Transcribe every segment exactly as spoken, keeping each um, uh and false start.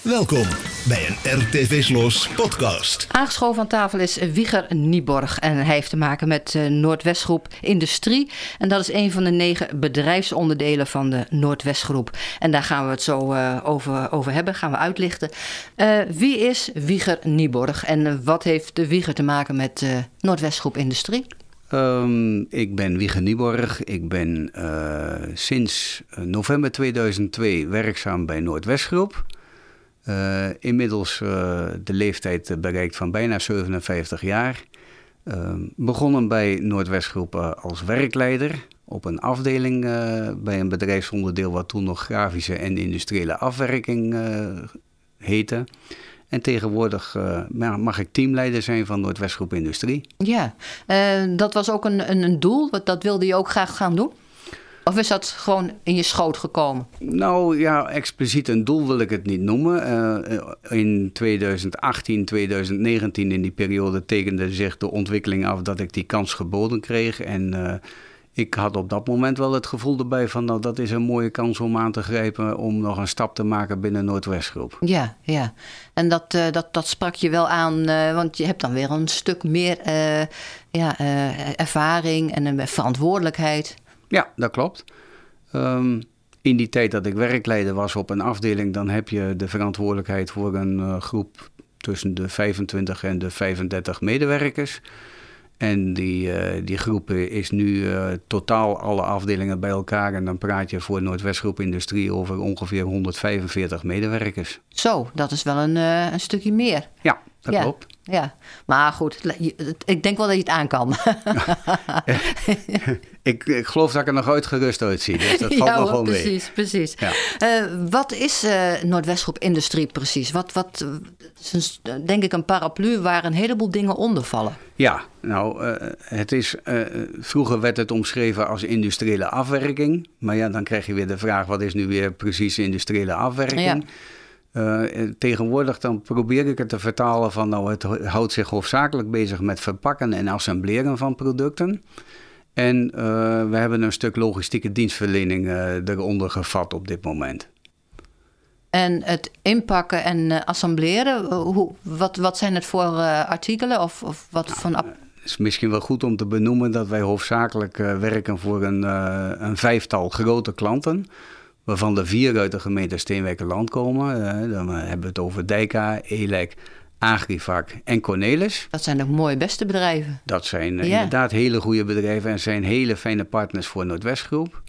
Welkom bij een R T V Sloos podcast. Aangeschoven aan tafel is Wieger Nieborg en hij heeft te maken met uh, Noordwestgroep Industrie. En dat is een van de negen bedrijfsonderdelen van de Noordwestgroep. En daar gaan we het zo uh, over, over hebben, gaan we uitlichten. Uh, wie is Wieger Nieborg en uh, wat heeft de Wieger te maken met uh, Noordwestgroep Industrie? Um, ik ben Wieger Nieborg. Ik ben uh, sinds november tweeduizend twee werkzaam bij Noordwestgroep. Uh, inmiddels uh, de leeftijd bereikt van bijna zevenenvijftig jaar. Uh, begonnen bij Noordwestgroep uh, als werkleider op een afdeling uh, bij een bedrijfsonderdeel wat toen nog grafische en industriële afwerking uh, heette. En tegenwoordig uh, mag ik teamleider zijn van Noordwestgroep Industrie. Ja, uh, dat was ook een, een, een doel, dat wilde je ook graag gaan doen? Of is dat gewoon in je schoot gekomen? Nou ja, expliciet een doel wil ik het niet noemen. Uh, in tweeduizend achttien, tweeduizend negentien in die periode tekende zich de ontwikkeling af dat ik die kans geboden kreeg. En uh, ik had op dat moment wel het gevoel erbij van nou, dat is een mooie kans om aan te grijpen om nog een stap te maken binnen Noordwestgroep. Ja, ja. En dat, uh, dat, dat sprak je wel aan, uh, want je hebt dan weer een stuk meer uh, ja, uh, ervaring en een verantwoordelijkheid. Ja, dat klopt. Um, in die tijd dat ik werkleider was op een afdeling, dan heb je de verantwoordelijkheid voor een uh, groep tussen de vijfentwintig en de vijfendertig medewerkers. En die, uh, die groep is nu uh, totaal alle afdelingen bij elkaar. En dan praat je voor Noordwestgroep Industrie over ongeveer honderdvijfenveertig medewerkers. Zo, dat is wel een, uh, een stukje meer. Ja, dat ja. klopt. Ja, maar goed, ik denk wel dat je het aan kan. ik, ik geloof dat ik er nog uitgerust uitzie, dus dat valt ja, nog wel mee. Precies, precies. Ja. Uh, wat is uh, Noordwestgroep Industrie precies? Wat, wat is een, denk ik een paraplu waar een heleboel dingen onder vallen. Ja, nou, uh, het is, uh, vroeger werd het omschreven als industriële afwerking. Maar ja, dan krijg je weer de vraag, wat is nu weer precies industriële afwerking? Ja. Uh, tegenwoordig dan probeer ik het te vertalen van nou, het houdt zich hoofdzakelijk bezig met verpakken en assembleren van producten. En uh, we hebben een stuk logistieke dienstverlening uh, eronder gevat op dit moment. En het inpakken en uh, assembleren, hoe, wat, wat zijn het voor uh, artikelen of, of wat nou, van... Ap- Het is misschien wel goed om te benoemen dat wij hoofdzakelijk uh, werken voor een, uh, een vijftal grote klanten, waarvan de vier uit de gemeente Steenwijkerland komen. Uh, dan hebben we het over Dijka, Elek, Agrivac en Cornelis. Dat zijn ook mooie beste bedrijven. Dat zijn uh, ja. inderdaad hele goede bedrijven en zijn hele fijne partners voor Noordwestgroep.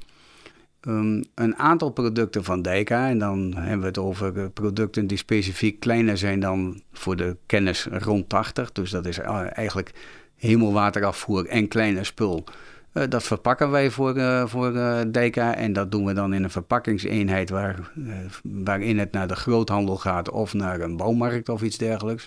Um, een aantal producten van Dijka, en dan hebben we het over uh, producten die specifiek kleiner zijn dan voor de kennis rond tachtig. Dus dat is uh, eigenlijk hemelwaterafvoer en kleine spul. Uh, dat verpakken wij voor, uh, voor uh, Dijka en dat doen we dan in een verpakkingseenheid waar, uh, waarin het naar de groothandel gaat of naar een bouwmarkt of iets dergelijks.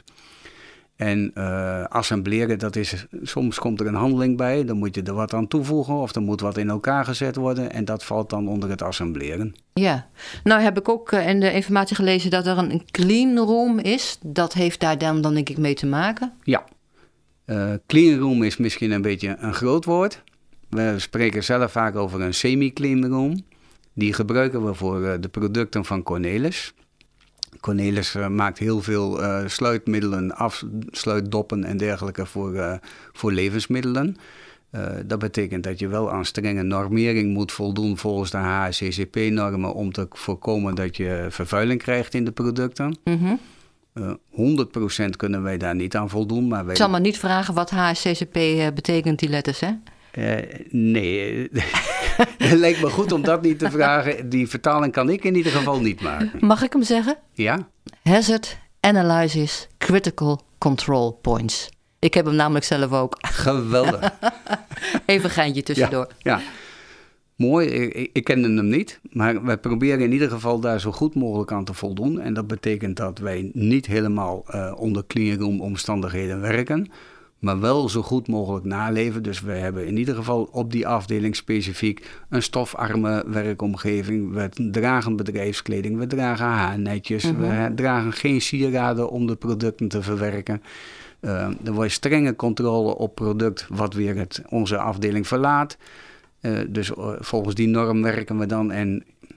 En uh, assembleren, dat is, soms komt er een handeling bij, dan moet je er wat aan toevoegen of er moet wat in elkaar gezet worden en dat valt dan onder het assembleren. Ja, nou heb ik ook in de informatie gelezen dat er een clean room is. Dat heeft daar dan, dan denk ik mee te maken? Ja, uh, clean room is misschien een beetje een groot woord. We spreken zelf vaak over een semi-clean room. Die gebruiken we voor uh, de producten van Cornelis. Cornelis uh, maakt heel veel uh, sluitmiddelen, afsluitdoppen en dergelijke voor, uh, voor levensmiddelen. Uh, dat betekent dat je wel aan strenge normering moet voldoen volgens de H A C C P-normen om te voorkomen dat je vervuiling krijgt in de producten. Mm-hmm. Uh, honderd procent kunnen wij daar niet aan voldoen. Maar wij... Ik zal maar niet vragen wat H A C C P uh, betekent, die letters, hè? Uh, nee, het lijkt me goed om dat niet te vragen. Die vertaling kan ik in ieder geval niet maken. Mag ik hem zeggen? Ja. Hazard Analysis Critical Control Points. Ik heb hem namelijk zelf ook. Geweldig. Even een geintje tussendoor. Ja, ja. Mooi, ik, ik kende hem niet. Maar wij proberen in ieder geval daar zo goed mogelijk aan te voldoen. En dat betekent dat wij niet helemaal uh, onder cleanroom omstandigheden werken, maar wel zo goed mogelijk naleven. Dus we hebben in ieder geval op die afdeling specifiek een stofarme werkomgeving. We dragen bedrijfskleding, we dragen haarnetjes, mm-hmm. we dragen geen sieraden om de producten te verwerken. Uh, er wordt strenge controle op product wat weer het, onze afdeling verlaat. Uh, dus uh, volgens die norm werken we dan en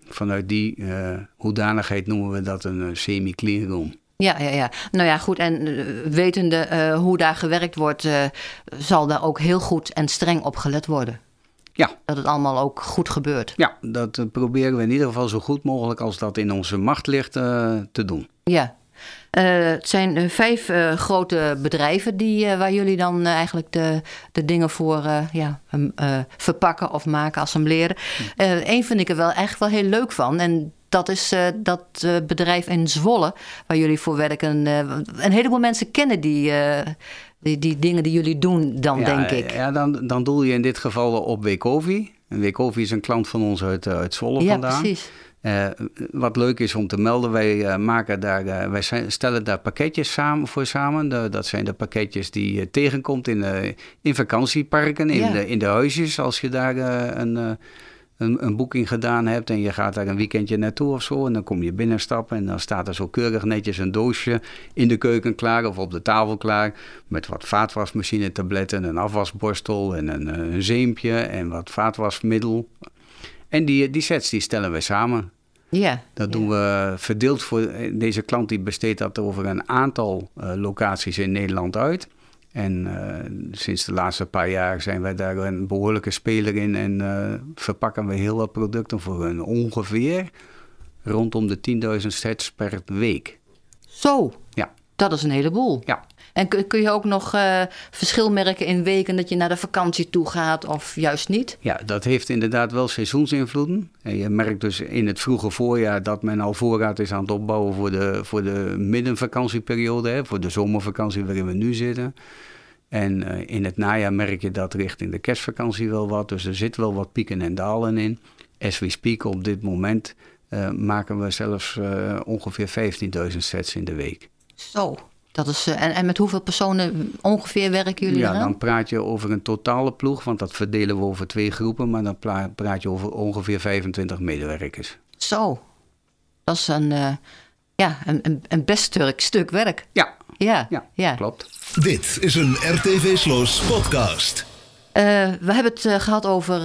vanuit die uh, hoedanigheid noemen we dat een uh, semi-clean room. Ja, ja, ja. Nou ja, goed. En uh, wetende uh, hoe daar gewerkt wordt, uh, zal daar ook heel goed en streng op gelet worden. Ja. Dat het allemaal ook goed gebeurt. Ja, dat uh, proberen we in ieder geval zo goed mogelijk als dat in onze macht ligt uh, te doen. Ja. Uh, het zijn uh, vijf uh, grote bedrijven die, uh, waar jullie dan uh, eigenlijk de, de dingen voor uh, ja, uh, verpakken of maken, assembleren. Uh, Eén vind ik er wel echt wel heel leuk van. En dat is uh, dat uh, bedrijf in Zwolle waar jullie voor werken. Uh, een heleboel mensen kennen die, uh, die, die dingen die jullie doen dan, ja, denk ik. Ja, dan, dan doel je in dit geval op Weekovi. En Weekovi is een klant van ons uit, uit Zwolle ja, vandaan. Precies. Uh, wat leuk is om te melden, wij, uh, maken daar, uh, wij zijn, stellen daar pakketjes samen voor samen. De, dat zijn de pakketjes die je tegenkomt in, uh, in vakantieparken, in, ja. de, in de huisjes. Als je daar uh, een, uh, een, een boeking gedaan hebt en je gaat daar een weekendje naartoe of zo. En dan kom je binnenstappen en dan staat er zo keurig netjes een doosje in de keuken klaar of op de tafel klaar. Met wat vaatwasmachine tabletten, een afwasborstel en een, een zeempje en wat vaatwasmiddel. En die, die sets die stellen wij samen. Ja. Dat doen ja. we verdeeld voor... Deze klant die besteedt dat over een aantal uh, locaties in Nederland uit. En uh, sinds de laatste paar jaar zijn wij daar een behoorlijke speler in. En uh, verpakken we heel wat producten voor een ongeveer rondom de tienduizend sets per week. Zo, ja. Dat is een heleboel. Ja. En kun, kun je ook nog uh, verschil merken in weken dat je naar de vakantie toe gaat of juist niet? Ja, dat heeft inderdaad wel seizoensinvloeden. En je merkt dus in het vroege voorjaar dat men al voorraad is aan het opbouwen voor de, voor de middenvakantieperiode, hè, voor de zomervakantie waarin we nu zitten. En uh, in het najaar merk je dat richting de kerstvakantie wel wat. Dus er zit wel wat pieken en dalen in. As we speak op dit moment uh, maken we zelfs uh, ongeveer vijftienduizend sets in de week. Zo. Dat is, en, en met hoeveel personen ongeveer werken jullie Ja, eraan? dan praat je over een totale ploeg, want dat verdelen we over twee groepen. Maar dan praat je over ongeveer vijfentwintig medewerkers. Zo, dat is een, uh, ja, een, een, een best sterk stuk werk. Ja, ja, ja, ja. klopt. Dit is een R T V Sloos podcast. Uh, we hebben het uh, gehad over uh,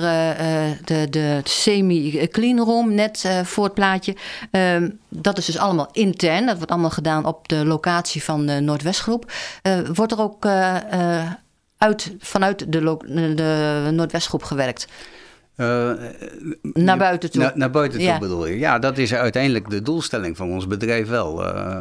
de, de semi-clean room, net uh, voor het plaatje. Uh, dat is dus allemaal intern. Dat wordt allemaal gedaan op de locatie van de Noordwestgroep. Uh, wordt er ook uh, uh, uit, vanuit de, lo- de Noordwestgroep gewerkt? Uh, naar buiten toe. Na, naar buiten toe ja. bedoel je. Ja, dat is uiteindelijk de doelstelling van ons bedrijf wel. Uh,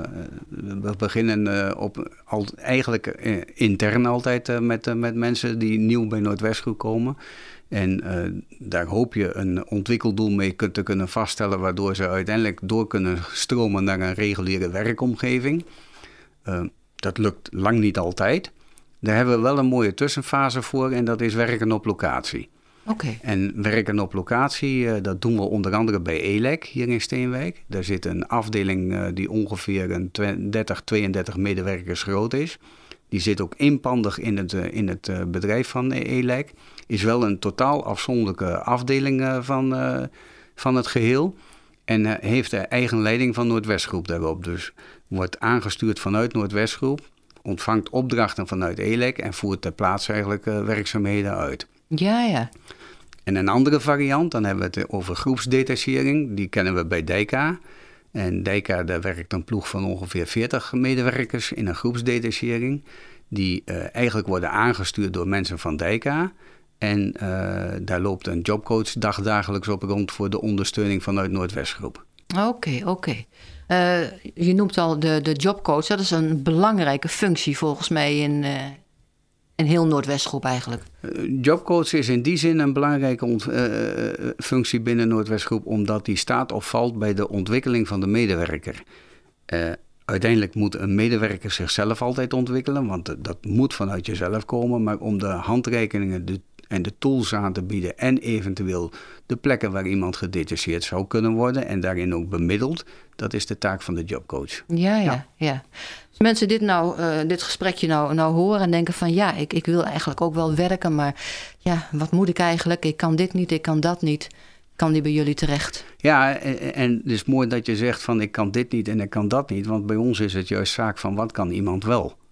we beginnen uh, op, al, eigenlijk uh, intern altijd uh, met, uh, met mensen die nieuw bij Noordwestgroep komen. En uh, daar hoop je een ontwikkeldoel mee te kunnen vaststellen, waardoor ze uiteindelijk door kunnen stromen naar een reguliere werkomgeving. Uh, dat lukt lang niet altijd. Daar hebben we wel een mooie tussenfase voor en dat is werken op locatie. Okay. En werken op locatie, dat doen we onder andere bij E L E C hier in Steenwijk. Daar zit een afdeling die ongeveer een dertig, tweeëndertig medewerkers groot is. Die zit ook inpandig in het, in het bedrijf van E L E C. Is wel een totaal afzonderlijke afdeling van, van het geheel. En heeft de eigen leiding van Noordwestgroep daarop. Dus wordt aangestuurd vanuit Noordwestgroep, ontvangt opdrachten vanuit E L E C en voert ter plaatse eigenlijk werkzaamheden uit. Ja, ja. En een andere variant, dan hebben we het over groepsdetachering. Die kennen we bij Dijka. En Dijka, daar werkt een ploeg van ongeveer veertig medewerkers in een groepsdetachering. Die uh, eigenlijk worden aangestuurd door mensen van Dijka. En uh, daar loopt een jobcoach dagdagelijks op rond voor de ondersteuning vanuit Noordwestgroep. Oké, okay, oké. Okay. Uh, je noemt al de, de jobcoach. Dat is een belangrijke functie volgens mij in... Uh... Een heel Noordwestgroep eigenlijk. Uh, jobcoach is in die zin een belangrijke ont- uh, functie binnen Noordwestgroep, omdat die staat of valt bij de ontwikkeling van de medewerker. Uh, uiteindelijk moet een medewerker zichzelf altijd ontwikkelen, want uh, dat moet vanuit jezelf komen. Maar om de handrekeningen de, en de tools aan te bieden en eventueel de plekken waar iemand gedetacheerd zou kunnen worden en daarin ook bemiddeld, dat is de taak van de jobcoach. Ja, ja, ja. ja. Als mensen dit, nou, uh, dit gesprekje nou, nou horen en denken van ja, ik, ik wil eigenlijk ook wel werken, maar ja, wat moet ik eigenlijk? Ik kan dit niet, ik kan dat niet. Kan die bij jullie terecht? Ja, en, en het is mooi dat je zegt van ik kan dit niet en ik kan dat niet, want bij ons is het juist zaak van wat kan iemand wel?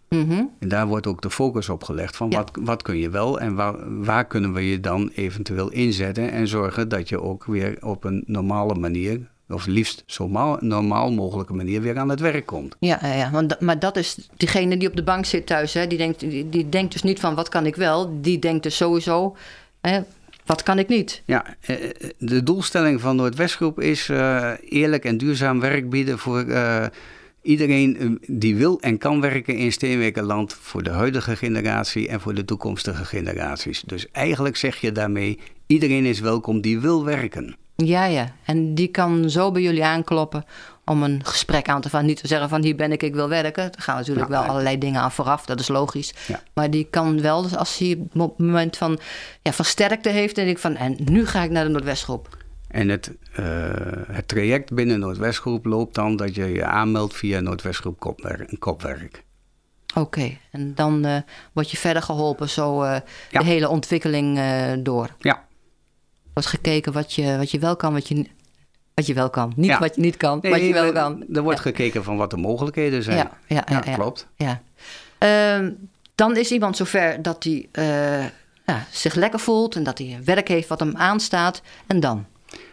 Mm-hmm. En daar wordt ook de focus op gelegd van ja. wat, wat kun je wel en waar, waar kunnen we je dan eventueel inzetten en zorgen dat je ook weer op een normale manier, of liefst zo normaal, normaal mogelijke manier weer aan het werk komt. Ja, ja want, maar dat is diegene die op de bank zit thuis, hè, die, denkt, die, die denkt dus niet van wat kan ik wel, die denkt dus sowieso, hè, wat kan ik niet? Ja, de doelstelling van Noordwestgroep is uh, eerlijk en duurzaam werk bieden voor uh, iedereen die wil en kan werken in Steenwijkerland, voor de huidige generatie en voor de toekomstige generaties. Dus eigenlijk zeg je daarmee, iedereen is welkom die wil werken. Ja, ja. En die kan zo bij jullie aankloppen om een gesprek aan te vangen. Niet te zeggen van hier ben ik, ik wil werken. Er gaan natuurlijk ja, wel allerlei dingen aan vooraf, dat is logisch. Ja. Maar die kan wel, dus als hij op het moment van, ja, van sterkte heeft, denk ik van en nu ga ik naar de Noordwestgroep. En het, uh, het traject binnen Noordwestgroep loopt dan dat je je aanmeldt via Noordwestgroep Kopwerk. Kopwerk. Oké, okay. En dan uh, word je verder geholpen zo uh, ja. de hele ontwikkeling uh, door. Ja. Wordt gekeken wat je, wat je wel kan, wat je, wat je wel kan. Niet ja. wat je niet kan, nee, wat je wel kan. Er wordt ja. gekeken van wat de mogelijkheden zijn. Ja, ja, ja, ja, ja. klopt. Ja. Uh, dan is iemand zover dat hij uh, ja, zich lekker voelt en dat hij werk heeft wat hem aanstaat. En dan?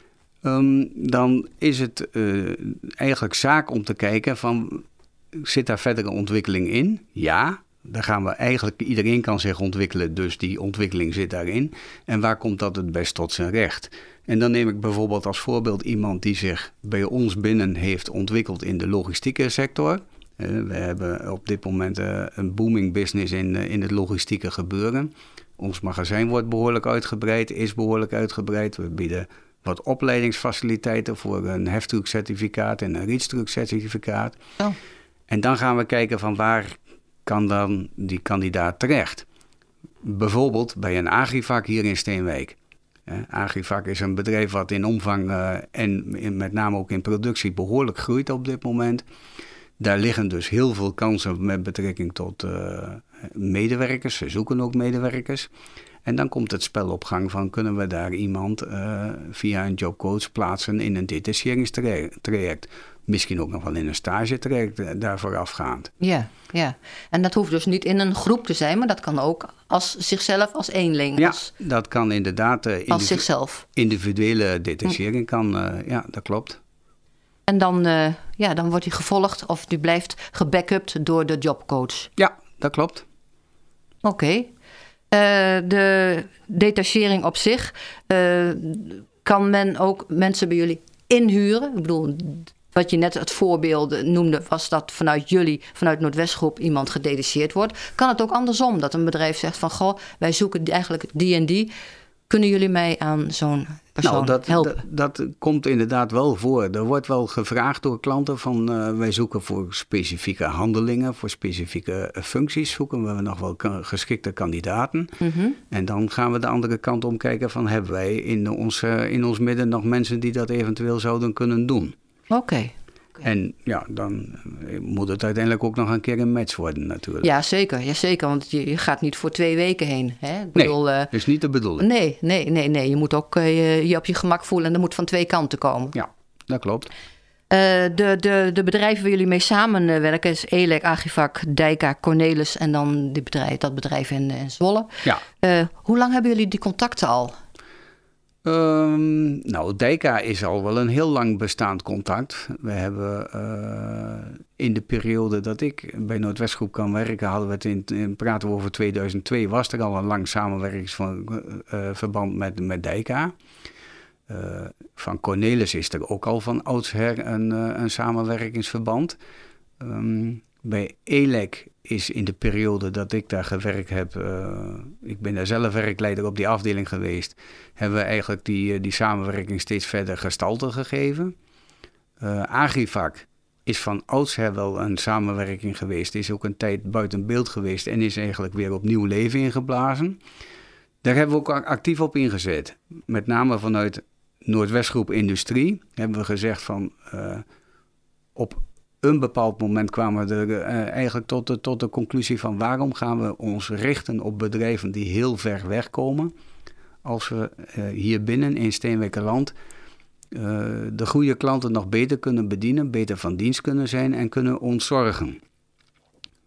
Um, dan is het uh, eigenlijk zaak om te kijken van, zit daar verdere ontwikkeling in? Ja. Daar gaan we eigenlijk, iedereen kan zich ontwikkelen, dus die ontwikkeling zit daarin. En waar komt dat het best tot zijn recht? En dan neem ik bijvoorbeeld als voorbeeld iemand die zich bij ons binnen heeft ontwikkeld in de logistieke sector. We hebben op dit moment een booming business in, in het logistieke gebeuren. Ons magazijn wordt behoorlijk uitgebreid, is behoorlijk uitgebreid. We bieden wat opleidingsfaciliteiten voor een heftruckcertificaat en een reachstruckcertificaat. Oh. En dan gaan we kijken van waar kan dan die kandidaat terecht. Bijvoorbeeld bij een Agrivac hier in Steenwijk. Uh, Agrivac is een bedrijf wat in omvang uh, en in, met name ook in productie behoorlijk groeit op dit moment. Daar liggen dus heel veel kansen met betrekking tot uh, medewerkers. Ze zoeken ook medewerkers. En dan komt het spel op gang van kunnen we daar iemand uh, via een jobcoach plaatsen in een detacheringstraject. Misschien ook nog wel in een stagetraject daar voorafgaand. Ja, ja, en dat hoeft dus niet in een groep te zijn, maar dat kan ook als zichzelf, als eenling. Ja, als, dat kan inderdaad. Uh, individu- als zichzelf. Individuele detachering kan, uh, ja, dat klopt. En dan, uh, ja, dan wordt hij gevolgd of die blijft gebackupt door de jobcoach. Ja, dat klopt. Oké. Okay. Uh, de detachering op zich, uh, kan men ook mensen bij jullie inhuren? Ik bedoel, wat je net het voorbeeld noemde, was dat vanuit jullie, vanuit Noordwestgroep, iemand gedetacheerd wordt. Kan het ook andersom, dat een bedrijf zegt van, goh, wij zoeken eigenlijk die en die. Kunnen jullie mij aan zo'n persoon nou, dat, helpen? Dat, dat komt inderdaad wel voor. Er wordt wel gevraagd door klanten van, uh, wij zoeken voor specifieke handelingen, voor specifieke uh, functies, zoeken we nog wel geschikte kandidaten. Mm-hmm. En dan gaan we de andere kant om kijken van, hebben wij in ons, uh, in ons midden nog mensen die dat eventueel zouden kunnen doen? Oké. Okay. Okay. En ja, dan moet het uiteindelijk ook nog een keer een match worden natuurlijk. Ja, zeker. Ja, zeker, want je, je gaat niet voor twee weken heen. Hè? Ik bedoel, nee, dat is niet de bedoeling. Nee, nee, nee, nee. Je moet ook uh, je op je gemak voelen en dat moet van twee kanten komen. Ja, dat klopt. Uh, de, de, de bedrijven waar jullie mee samenwerken is Elek, Agrivac, Dijka, Cornelis en dan die bedrijf, dat bedrijf in, in Zwolle. Ja. Uh, hoe lang hebben jullie die contacten al? Um, nou, Dijka is al wel een heel lang bestaand contact. We hebben uh, in de periode dat ik bij Noordwestgroep kan werken, hadden we het in, in praten we over tweeduizend twee, was er al een lang samenwerkingsverband uh, met, met Dijka. Uh, van Cornelis is er ook al van oudsher een, uh, een samenwerkingsverband. Um, bij Elek is in de periode dat ik daar gewerkt heb, uh, ik ben daar zelf werkleider op die afdeling geweest, hebben we eigenlijk die, die samenwerking steeds verder gestalte gegeven. Uh, Agrivac is van oudsher wel een samenwerking geweest, is ook een tijd buiten beeld geweest en is eigenlijk weer opnieuw leven ingeblazen. Daar hebben we ook actief op ingezet. Met name vanuit Noordwestgroep Industrie hebben we gezegd van uh, op een bepaald moment kwamen we er uh, eigenlijk tot de, tot de conclusie van waarom gaan we ons richten op bedrijven die heel ver weg komen. Als we uh, hier binnen in Steenwijkerland uh, de goede klanten nog beter kunnen bedienen, beter van dienst kunnen zijn en kunnen ontzorgen.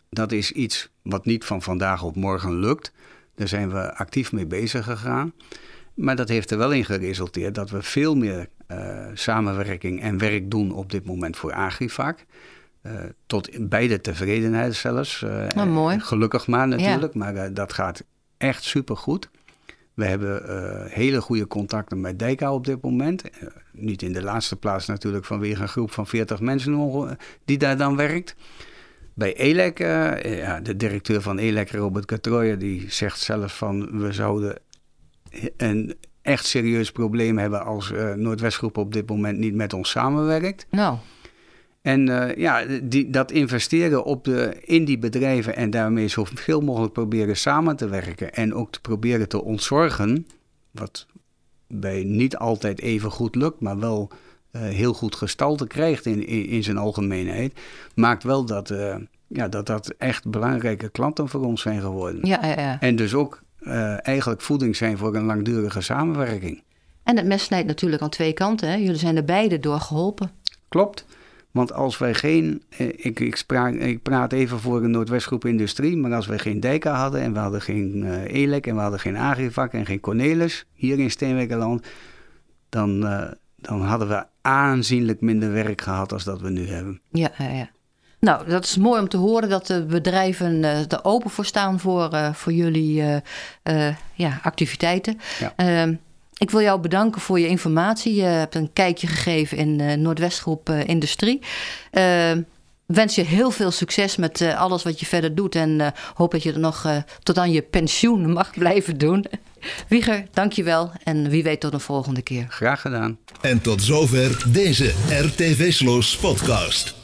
dat is iets wat niet van vandaag op morgen lukt. Daar zijn we actief mee bezig gegaan. Maar dat heeft er wel in geresulteerd dat we veel meer uh, samenwerking en werk doen op dit moment voor Agrivac. Uh, tot beide tevredenheid zelfs. Uh, oh, mooi. Gelukkig maar natuurlijk, ja. maar uh, dat gaat echt supergoed. We hebben uh, hele goede contacten met Dijka op dit moment. Uh, niet in de laatste plaats natuurlijk vanwege een groep van veertig mensen die daar dan werkt. Bij ELEC, uh, ja, de directeur van ELEC, Robert Catroyer, die zegt zelf van we zouden een echt serieus probleem hebben als uh, Noordwestgroep op dit moment niet met ons samenwerkt. Nou. En uh, ja, die, dat investeren op de, in die bedrijven en daarmee zoveel mogelijk proberen samen te werken en ook te proberen te ontzorgen, wat bij niet altijd even goed lukt, maar wel uh, heel goed gestalte krijgt in, in, in zijn algemeenheid, maakt wel dat, uh, ja, dat dat echt belangrijke klanten voor ons zijn geworden. Ja, ja, ja. En dus ook uh, eigenlijk voeding zijn voor een langdurige samenwerking. En het mes snijdt natuurlijk aan twee kanten. Hè? Jullie zijn er beide door geholpen. Klopt. Want als wij geen, ik, ik, spraak, ik praat even voor een Noordwestgroep Industrie, maar als wij geen Dijka hadden en we hadden geen uh, ELEC en we hadden geen Agrivac en geen Cornelis hier in Steenwijkerland, dan, uh, dan hadden we aanzienlijk minder werk gehad als dat we nu hebben. Ja, ja, ja. Nou, dat is mooi om te horen dat de bedrijven uh, er open voor staan voor, uh, voor jullie uh, uh, ja, activiteiten. Ja. Uh, Ik wil jou bedanken voor je informatie. Je hebt een kijkje gegeven in uh, Noordwestgroep uh, Industrie. Uh, wens je heel veel succes met uh, alles wat je verder doet. En uh, hoop dat je er nog uh, tot aan je pensioen mag blijven doen. Wieger, dank je wel. En wie weet tot een volgende keer. Graag gedaan. En tot zover deze R T V Sloos podcast.